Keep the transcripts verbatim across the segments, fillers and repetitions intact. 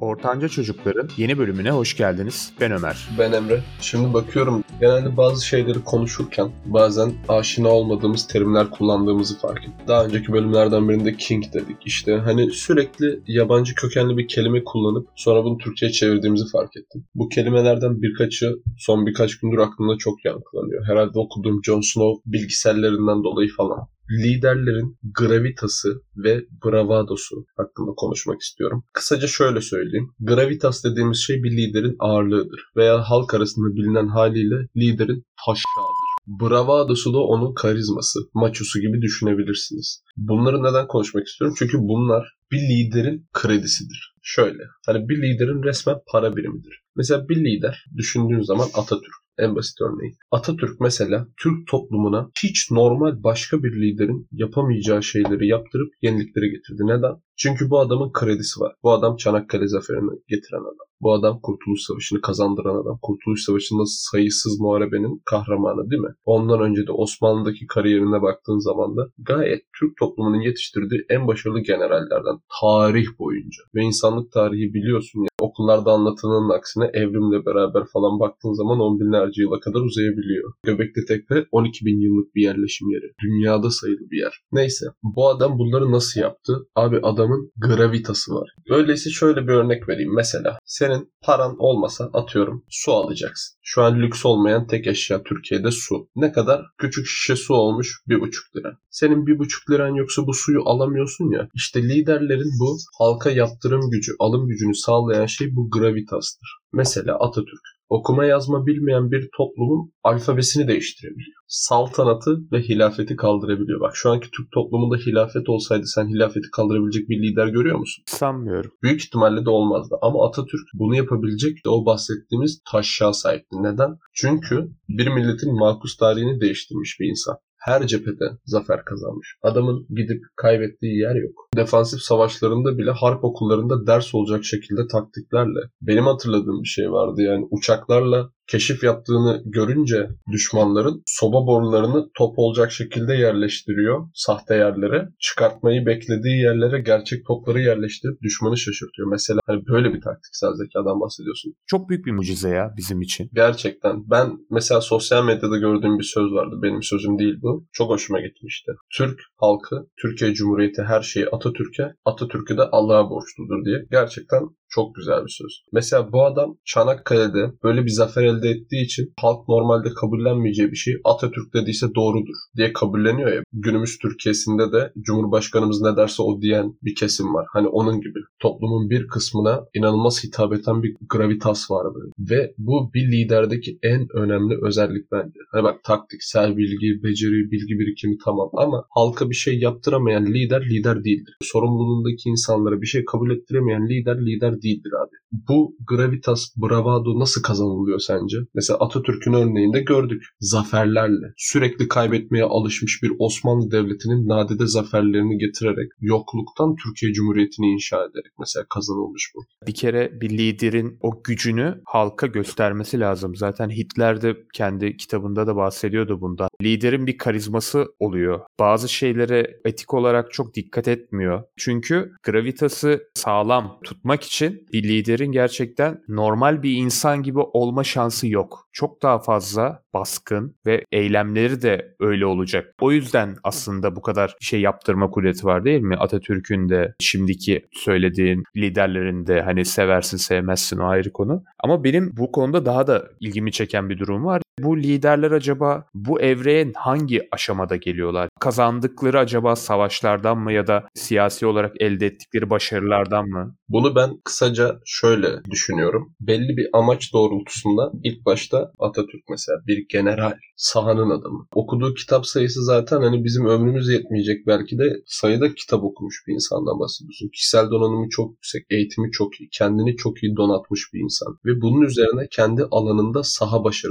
Ortanca Çocukların yeni bölümüne hoş geldiniz. Ben Ömer. Ben Emre. Şimdi bakıyorum genelde bazı şeyleri konuşurken bazen aşina olmadığımız terimler kullandığımızı fark ettim. Daha önceki bölümlerden birinde king dedik. İşte hani sürekli yabancı kökenli bir kelime kullanıp sonra bunu Türkçe'ye çevirdiğimizi fark ettim. Bu kelimelerden birkaçı son birkaç gündür aklımda çok yankılanıyor. Herhalde okuduğum Jon Snow bilgisellerinden dolayı falan. Liderlerin gravitası ve bravadosu hakkında konuşmak istiyorum. Kısaca şöyle söyleyeyim. Gravitas dediğimiz şey bir liderin ağırlığıdır. Veya halk arasında bilinen haliyle liderin taşrağıdır. Bravadosu da onun karizması, maçosu gibi düşünebilirsiniz. Bunları neden konuşmak istiyorum? Çünkü bunlar bir liderin kredisidir. Şöyle, hani bir liderin resmen para birimidir. Mesela bir lider düşündüğün zaman Atatürk. En basit örneği. Atatürk mesela Türk toplumuna hiç normal başka bir liderin yapamayacağı şeyleri yaptırıp yenilikleri getirdi. Neden? Çünkü bu adamın kredisi var. Bu adam Çanakkale zaferini getiren adam. Bu adam Kurtuluş Savaşı'nı kazandıran adam. Kurtuluş Savaşı'nda sayısız muharebenin kahramanı değil mi? Ondan önce de Osmanlı'daki kariyerine baktığın zaman da gayet Türk toplumunun yetiştirdiği en başarılı generallerden tarih boyunca. Ve insanlık tarihi biliyorsun ya, okullarda anlatılanın aksine evrimle beraber falan baktığın zaman on binlerce yıla kadar uzayabiliyor. Göbekli Tepe on iki bin yıllık bir yerleşim yeri. Dünyada sayılı bir yer. Neyse, bu adam bunları nasıl yaptı? Abi adamın gravitası var. Öyleyse şöyle bir örnek vereyim. Mesela senin paran olmasa atıyorum su alacaksın. Şu an lüks olmayan tek eşya Türkiye'de su. Ne kadar? Küçük şişe su olmuş bir buçuk lira. Senin bir buçuk liran yoksa bu suyu alamıyorsun ya. İşte liderlerin bu halka yaptırım gücü, alım gücünü sağlayan şey bu gravitastır. Mesela Atatürk. Okuma yazma bilmeyen bir toplumun alfabesini değiştirebiliyor. Saltanatı ve hilafeti kaldırabiliyor. Bak şu anki Türk toplumunda hilafet olsaydı sen hilafeti kaldırabilecek bir lider görüyor musun? Sanmıyorum. Büyük ihtimalle de olmazdı. Ama Atatürk bunu yapabilecek de o bahsettiğimiz taşşağa sahipti. Neden? Çünkü bir milletin makus tarihini değiştirmiş bir insan. Her cephede zafer kazanmış. Adamın gidip kaybettiği yer yok. Defansif savaşlarında bile harp okullarında ders olacak şekilde taktiklerle. Benim hatırladığım bir şey vardı yani uçaklarla keşif yaptığını görünce düşmanların soba borularını top olacak şekilde yerleştiriyor sahte yerlere. Çıkartmayı beklediği yerlere gerçek topları yerleştirip düşmanı şaşırtıyor. Mesela hani böyle bir taktiksel zekadan bahsediyorsun. Çok büyük bir mucize ya bizim için. Gerçekten. Ben mesela sosyal medyada gördüğüm bir söz vardı. Benim sözüm değil bu. Çok hoşuma gitmişti. Türk halkı, Türkiye Cumhuriyeti her şeyi Atatürk'e, Atatürk'ü de Allah'a borçludur diye. Gerçekten çok güzel bir söz. Mesela bu adam Çanakkale'de böyle bir zafer elde ettiği için halk normalde kabullenmeyeceği bir şey Atatürk dediyse doğrudur diye kabulleniyor ya. Günümüz Türkiye'sinde de Cumhurbaşkanımız ne derse o diyen bir kesim var. Hani onun gibi. Toplumun bir kısmına inanılmaz hitap eden bir gravitas var böyle. Ve bu bir liderdeki en önemli özellik bence. Hani bak taktiksel bilgi, beceri, bilgi birikimi tamam ama halka bir şey yaptıramayan lider lider değildir. Sorumluluğundaki insanlara bir şey kabul ettiremeyen lider lider değildir abi. Bu gravitas, bravado nasıl kazanılıyor sence? Mesela Atatürk'ün örneğinde gördük. Zaferlerle. Sürekli kaybetmeye alışmış bir Osmanlı Devleti'nin nadide zaferlerini getirerek, yokluktan Türkiye Cumhuriyeti'ni inşa ederek mesela kazanılmış bu. Bir kere bir liderin o gücünü halka göstermesi lazım. Zaten Hitler de kendi kitabında da bahsediyordu bundan. Liderin bir karizması oluyor. Bazı şeylere etik olarak çok dikkat etmiyor. Çünkü gravitası sağlam tutmak için bir liderin gerçekten normal bir insan gibi olma şansı yok. Çok daha fazla baskın ve eylemleri de öyle olacak. O yüzden aslında bu kadar şey yaptırma kudreti var değil mi? Atatürk'ün de şimdiki söylediğin liderlerin de hani seversin sevmezsin o ayrı konu. Ama benim bu konuda daha da ilgimi çeken bir durum var. Bu liderler acaba bu evreye hangi aşamada geliyorlar? Kazandıkları acaba savaşlardan mı ya da siyasi olarak elde ettikleri başarılardan mı? Bunu ben kısaca şöyle düşünüyorum. Belli bir amaç doğrultusunda ilk başta Atatürk mesela bir general, sahanın adamı. Okuduğu kitap sayısı zaten hani bizim ömrümüz yetmeyecek belki de sayıda kitap okumuş bir insandan bahsediyorsun. Kişisel donanımı çok yüksek, eğitimi çok iyi, kendini çok iyi donatmış bir insan. Ve bunun üzerine kendi alanında saha başarısı alıyor.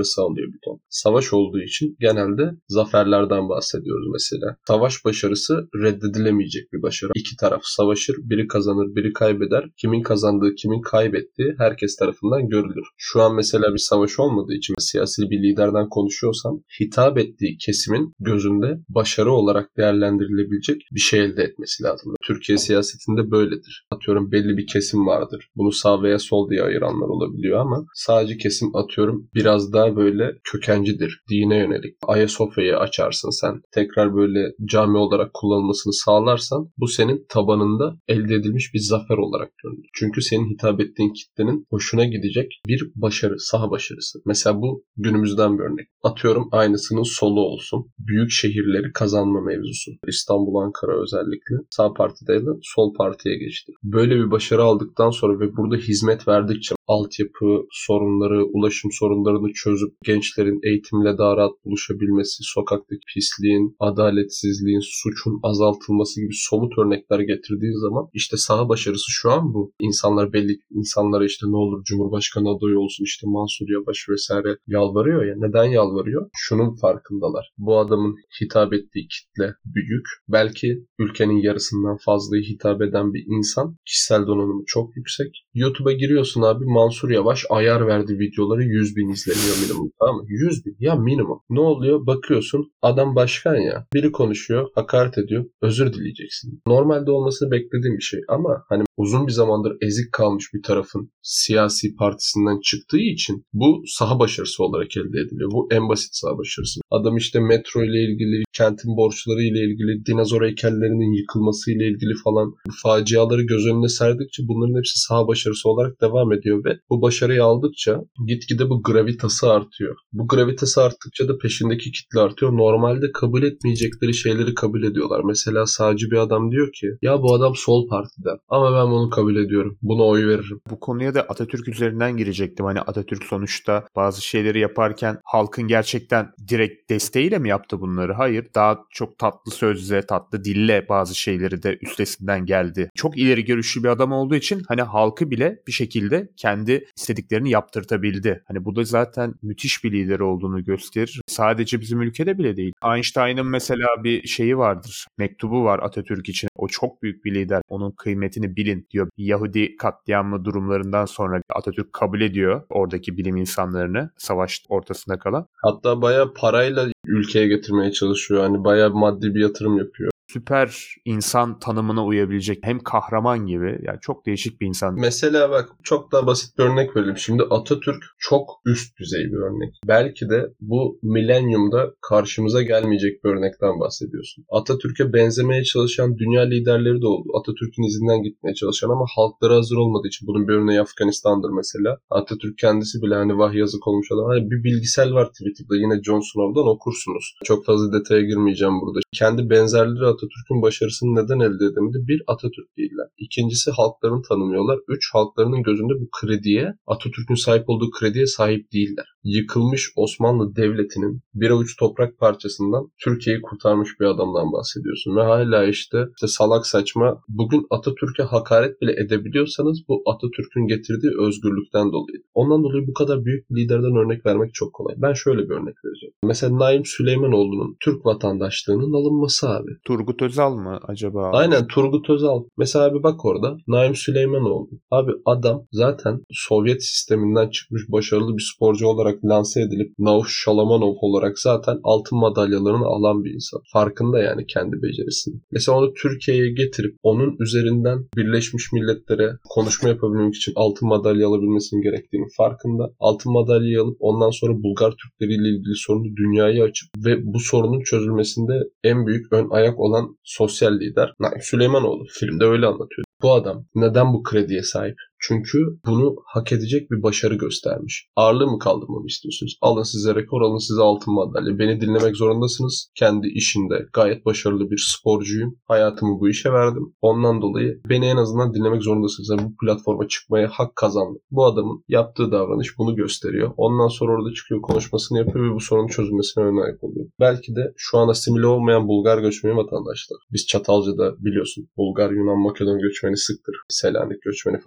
bir ton. Savaş olduğu için genelde zaferlerden bahsediyoruz mesela. Savaş başarısı reddedilemeyecek bir başarı. İki taraf savaşır, biri kazanır, biri kaybeder. Kimin kazandığı, kimin kaybettiği herkes tarafından görülür. Şu an mesela bir savaş olmadığı için siyasi bir liderden konuşuyorsam hitap ettiği kesimin gözünde başarı olarak değerlendirilebilecek bir şey elde etmesi lazım. Türkiye siyasetinde böyledir. Atıyorum belli bir kesim vardır. Bunu sağ veya sol diye ayıranlar olabiliyor ama sağcı kesim atıyorum biraz daha böyle kökencidir. Dine yönelik. Ayasofya'yı açarsın sen. Tekrar böyle cami olarak kullanılmasını sağlarsan bu senin tabanında elde edilmiş bir zafer olarak görünür. Çünkü senin hitap ettiğin kitlenin hoşuna gidecek bir başarı, saha başarısı. Mesela bu günümüzden bir örnek. Atıyorum aynısının solu olsun. Büyük şehirleri kazanma mevzusu. İstanbul, Ankara özellikle sağ partideydi, sol partiye geçti. Böyle bir başarı aldıktan sonra ve burada hizmet verdikçe altyapı sorunları, ulaşım sorunlarını çözüp gençlerin eğitimle daha rahat buluşabilmesi, sokaktaki pisliğin, adaletsizliğin, suçun azaltılması gibi somut örnekler getirdiği zaman işte saha başarısı şu an bu. İnsanlar belli insanlara işte ne olur Cumhurbaşkanı adayı olsun, işte Mansur Yavaş vesaire yalvarıyor ya. Neden yalvarıyor? Şunun farkındalar. Bu adamın hitap ettiği kitle büyük. Belki ülkenin yarısından fazlayı hitap eden bir insan. Kişisel donanımı çok yüksek. YouTube'a giriyorsun abi, Mansur Yavaş ayar verdi videoları yüz bin izleniyor minimum, tamam mı? yüz bin ya minimum. Ne oluyor? Bakıyorsun adam başkan ya. Biri konuşuyor, hakaret ediyor. Özür dileyeceksin. Normalde olmasını beklediğim bir şey ama hani uzun bir zamandır ezik kalmış bir tarafın siyasi partisinden çıktığı için bu saha başarısı olarak elde ediliyor. Bu en basit saha başarısı. Adam işte metro ile ilgili, kentin borçları ile ilgili, dinozor heykellerinin yıkılması ile ilgili falan bu faciaları göz önüne serdikçe bunların hepsi saha başarısı olarak devam ediyor ve bu başarıyı aldıkça gitgide bu gravitası artıyor. Bu gravitası arttıkça da peşindeki kitle artıyor. Normalde kabul etmeyecekleri şeyleri kabul ediyorlar. Mesela sağcı bir adam diyor ki ya bu adam sol partiden ama ben bunu kabul ediyorum. Buna oy veririm. Bu konuya da Atatürk üzerinden girecektim. Hani Atatürk sonuçta bazı şeyleri yaparken halkın gerçekten direkt desteğiyle mi yaptı bunları? Hayır. Daha çok tatlı sözle, tatlı dille bazı şeyleri de üstesinden geldi. Çok ileri görüşlü bir adam olduğu için hani halkı bile bir şekilde kendi istediklerini yaptırtabildi. Hani bu da zaten müthiş bir lider olduğunu gösterir. Sadece bizim ülkede bile değil. Einstein'ın mesela bir şeyi vardır. Mektubu var Atatürk için. O çok büyük bir lider. Onun kıymetini bilin diyor. Yahudi katliamı durumlarından sonra Atatürk kabul ediyor oradaki bilim insanlarını, savaş ortasında kalan. Hatta bayağı parayla ülkeye getirmeye çalışıyor. Hani bayağı maddi bir yatırım yapıyor. Süper insan tanımına uyabilecek, hem kahraman gibi, yani çok değişik bir insan. Mesela bak çok daha basit bir örnek verelim. Şimdi Atatürk çok üst düzey bir örnek. Belki de bu milenyumda karşımıza gelmeyecek bir örnekten bahsediyorsun. Atatürk'e benzemeye çalışan dünya liderleri de oldu. Atatürk'ün izinden gitmeye çalışan ama halkları hazır olmadığı için. Bunun bir örneği Afganistan'dır mesela. Atatürk kendisi bile hani vah yazık olmuş adam. Hani bir bilgisel var Twitter'da, yine Jon Snow'dan okursunuz. Çok fazla detaya girmeyeceğim burada. Kendi benzerleri Atatürk'ün başarısını neden elde edemedi? Bir, Atatürk değiller. İkincisi, halklarını tanımıyorlar. Üç, halklarının gözünde bu krediye, Atatürk'ün sahip olduğu krediye sahip değiller. Yıkılmış Osmanlı Devleti'nin bir avuç toprak parçasından Türkiye'yi kurtarmış bir adamdan bahsediyorsun. Ve hala işte, işte salak saçma, bugün Atatürk'e hakaret bile edebiliyorsanız bu Atatürk'ün getirdiği özgürlükten dolayı. Ondan dolayı bu kadar büyük bir liderden örnek vermek çok kolay. Ben şöyle bir örnek vereceğim. Mesela Naim Süleymanoğlu'nun Türk vatandaşlığının alınması abi. Turgut Özal mı acaba? Aynen, Turgut Özal. Mesela abi bak orada Naim Süleymanoğlu. Abi adam zaten Sovyet sisteminden çıkmış başarılı bir sporcu olarak lanse edilip Nauf Şalamanov olarak zaten altın madalyalarını alan bir insan. Farkında yani kendi becerisini. Mesela onu Türkiye'ye getirip onun üzerinden Birleşmiş Milletler'e konuşma yapabilmek için altın madalya alabilmesinin gerektiğini farkında. Altın madalyayı alıp ondan sonra Bulgar Türkleri ile ilgili sorunu dünyaya açıp ve bu sorunun çözülmesinde en büyük ön ayak olan sosyal lider Naim Süleymanoğlu. Filmde öyle anlatıyor. Bu adam neden bu krediye sahip? Çünkü bunu hak edecek bir başarı göstermiş. Ağırlığı mı kaldırmamı istiyorsunuz? Alın size rekor, alın size altın madalya. Beni dinlemek zorundasınız. Kendi işinde gayet başarılı bir sporcuyum. Hayatımı bu işe verdim. Ondan dolayı beni en azından dinlemek zorundasınız. Yani bu platforma çıkmaya hak kazandım. Bu adamın yaptığı davranış bunu gösteriyor. Ondan sonra orada çıkıyor, konuşmasını yapıyor ve bu sorunun çözülmesine ön ayak oluyor. Belki de şu an asimile olmayan Bulgar göçmeni vatandaşlar. Biz Çatalca'da biliyorsun Bulgar, Yunan, Makedon göçmeni sıktır. Selanik göçmeni falan filan.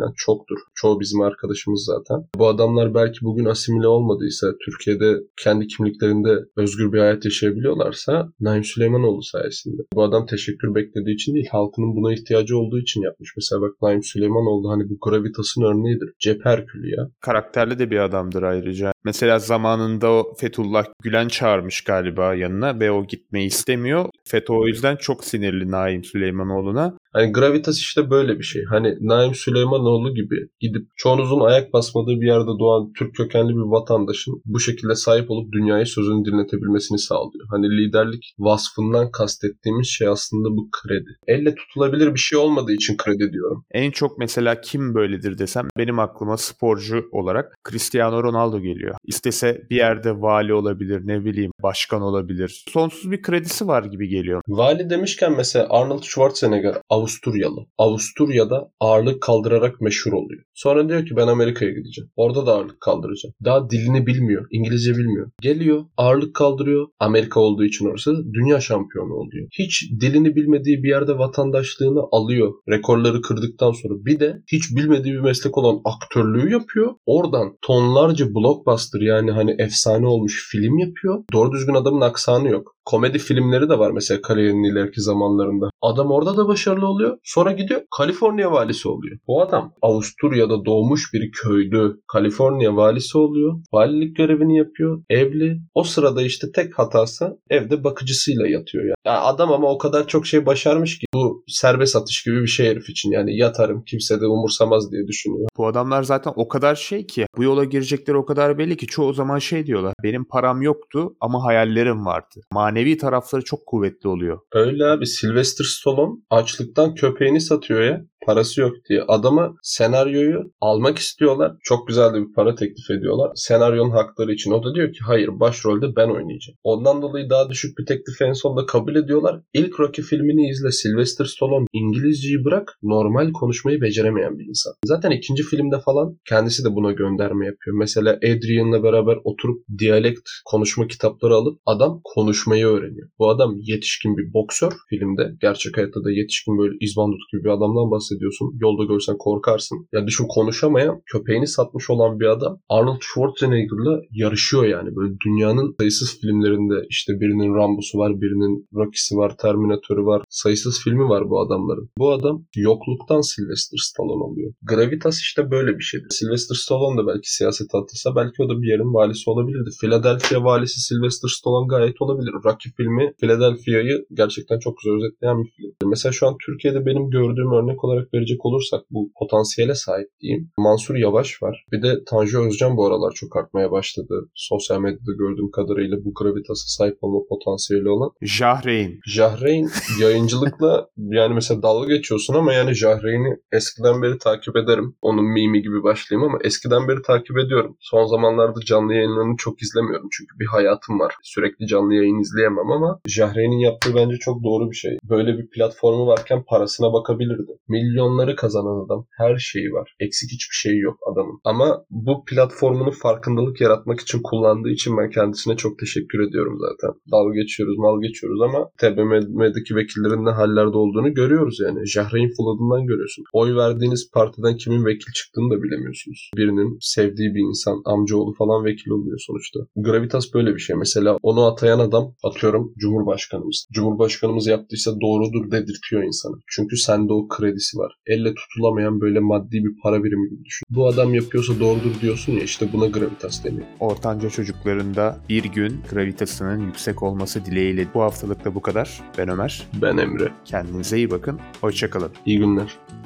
muhtemelen. Çoktur. Çoğu bizim arkadaşımız zaten. Bu adamlar belki bugün asimile olmadıysa, Türkiye'de kendi kimliklerinde özgür bir hayat yaşayabiliyorlarsa Naim Süleymanoğlu sayesinde. Bu adam teşekkür beklediği için değil, halkının buna ihtiyacı olduğu için yapmış. Mesela bak, Naim Süleymanoğlu hani bu Gravitas'ın örneğidir. Cep Herkülü ya. Karakterli de bir adamdır ayrıca. Mesela zamanında o Fethullah Gülen çağırmış galiba yanına ve o gitmeyi istemiyor. FETÖ o yüzden çok sinirli Naim Süleymanoğlu'na. Hani Gravitas işte böyle bir şey. Hani Naim Süleymanoğlu gibi gidip çoğunuzun ayak basmadığı bir yerde doğan Türk kökenli bir vatandaşın bu şekilde sahip olup dünyaya sözünü dinletebilmesini sağlıyor. Hani liderlik vasfından kastettiğimiz şey aslında bu kredi. Elle tutulabilir bir şey olmadığı için kredi diyorum. En çok mesela kim böyledir desem benim aklıma sporcu olarak Cristiano Ronaldo geliyor. İstese bir yerde vali olabilir, ne bileyim başkan olabilir. Sonsuz bir kredisi var gibi geliyor. Vali demişken mesela Arnold Schwarzenegger Avusturyalı. Avusturya'da ağırlık kaldırarak meşhur oluyor. Sonra diyor ki ben Amerika'ya gideceğim. Orada da ağırlık kaldıracağım. Daha dilini bilmiyor. İngilizce bilmiyor. Geliyor, ağırlık kaldırıyor. Amerika olduğu için orası dünya şampiyonu oluyor. Hiç dilini bilmediği bir yerde vatandaşlığını alıyor. Rekorları kırdıktan sonra bir de hiç bilmediği bir meslek olan aktörlüğü yapıyor. Oradan tonlarca blockbuster, yani hani efsane olmuş film yapıyor. Doğru düzgün adamın aksanı yok. Komedi filmleri de var mesela kariyerinin ileriki zamanlarında. Adam orada da başarılı oluyor. Sonra gidiyor Kaliforniya valisi oluyor. Bu adam Avusturya'da doğmuş bir köylü. Kaliforniya valisi oluyor. Valilik görevini yapıyor. Evli. O sırada işte tek hatası evde bakıcısıyla yatıyor ya. Ya adam ama o kadar çok şey başarmış ki bu serbest atış gibi bir şey herif için. Yani yatarım kimse de umursamaz diye düşünüyor. Bu adamlar zaten o kadar şey ki bu yola girecekleri o kadar belli ki çoğu zaman şey diyorlar. Benim param yoktu ama hayallerim vardı. Manevi tarafları çok kuvvetli oluyor. Öyle abi. Sylvester Stallone açlıktan köpeğini satıyor ya. Parası yok diye. Adama senaryoyu almak istiyorlar. Çok güzel de bir para teklif ediyorlar. Senaryonun hakları için. O da diyor ki hayır, başrolde ben oynayacağım. Ondan dolayı daha düşük bir teklifi en sonunda kabul ediyorlar. İlk Rocky filmini izle. Sylvester Stallone İngilizceyi bırak, normal konuşmayı beceremeyen bir insan. Zaten ikinci filmde falan kendisi de buna gönderme yapıyor. Mesela Adrian'la beraber oturup diyalekt konuşma kitapları alıp adam konuşmayı öğreniyor. Bu adam yetişkin bir boksör filmde. Gerçek hayatta da yetişkin böyle izbandut gibi bir adamdan bahsediyorsun. Yolda görsen korkarsın. Ya düşün, konuşamayan, köpeğini satmış olan bir adam Arnold Schwarzenegger'la yarışıyor yani. Böyle dünyanın sayısız filmlerinde işte birinin Rambo'su var, birinin Rocky'si var, Terminator'ı var. Sayısız filmi var bu adamların. Bu adam yokluktan Sylvester Stallone oluyor. Gravitas işte böyle bir şeydi. Sylvester Stallone da belki siyasete atılsa belki o da bir yerin valisi olabilirdi. Philadelphia valisi Sylvester Stallone gayet olabilir. Rocky filmi Philadelphia'yı gerçekten çok güzel özetleyen bir film. Mesela şu an Türkiye'de benim gördüğüm örnek olarak verecek olursak bu potansiyele sahip diyeyim. Mansur Yavaş var. Bir de Tanju Özcan bu aralar çok artmaya başladı. Sosyal medyada gördüğüm kadarıyla bu Gravitas'a sahip olma potansiyeli olan. Jahreyn. Jahreyn yayıncılıkla yani mesela dalga geçiyorsun ama yani Jahreyn'i eskiden beri takip ederim. Onun mimi gibi başlayayım ama eskiden beri takip ediyorum. Son zamanlarda canlı yayınlarını çok izlemiyorum çünkü bir hayatım var. Sürekli canlı yayın izleyemem ama Jahreyn'in yaptığı bence çok doğru bir şey. Böyle bir platformu varken parasına bakabilirdi. Milyonları kazanan adam. Her şeyi var. Eksik hiçbir şey yok adamın. Ama bu platformunu farkındalık yaratmak için kullandığı için ben kendisine çok teşekkür ediyorum zaten. Dalga geçiyoruz, mal geçiyoruz ama T B M M'deki vekillerin ne hallerde olduğunu görüyoruz yani. Jahreyn full adından görüyorsun. Oy verdiğiniz partiden kimin vekil çıktığını da bilemiyorsunuz. Birinin sevdiği bir insan, amcaoğlu falan vekil oluyor sonuçta. Gravitas böyle bir şey. Mesela onu atayan adam, atıyorum Cumhurbaşkanımız. Cumhurbaşkanımız yaptıysa doğrudur dedirtiyor insanı. Çünkü sende o kredisi var. Elle tutulamayan böyle maddi bir para birimi gibi düşün. Bu adam yapıyorsa doğrudur diyorsun ya, işte buna Gravitas deniyor. Ortanca çocuklarında bir gün gravitasının yüksek olması dileğiyle bu haftalık da bu kadar. Ben Ömer. Ben Emre. Kendinize iyi bakın. Hoşça kalın. İyi günler.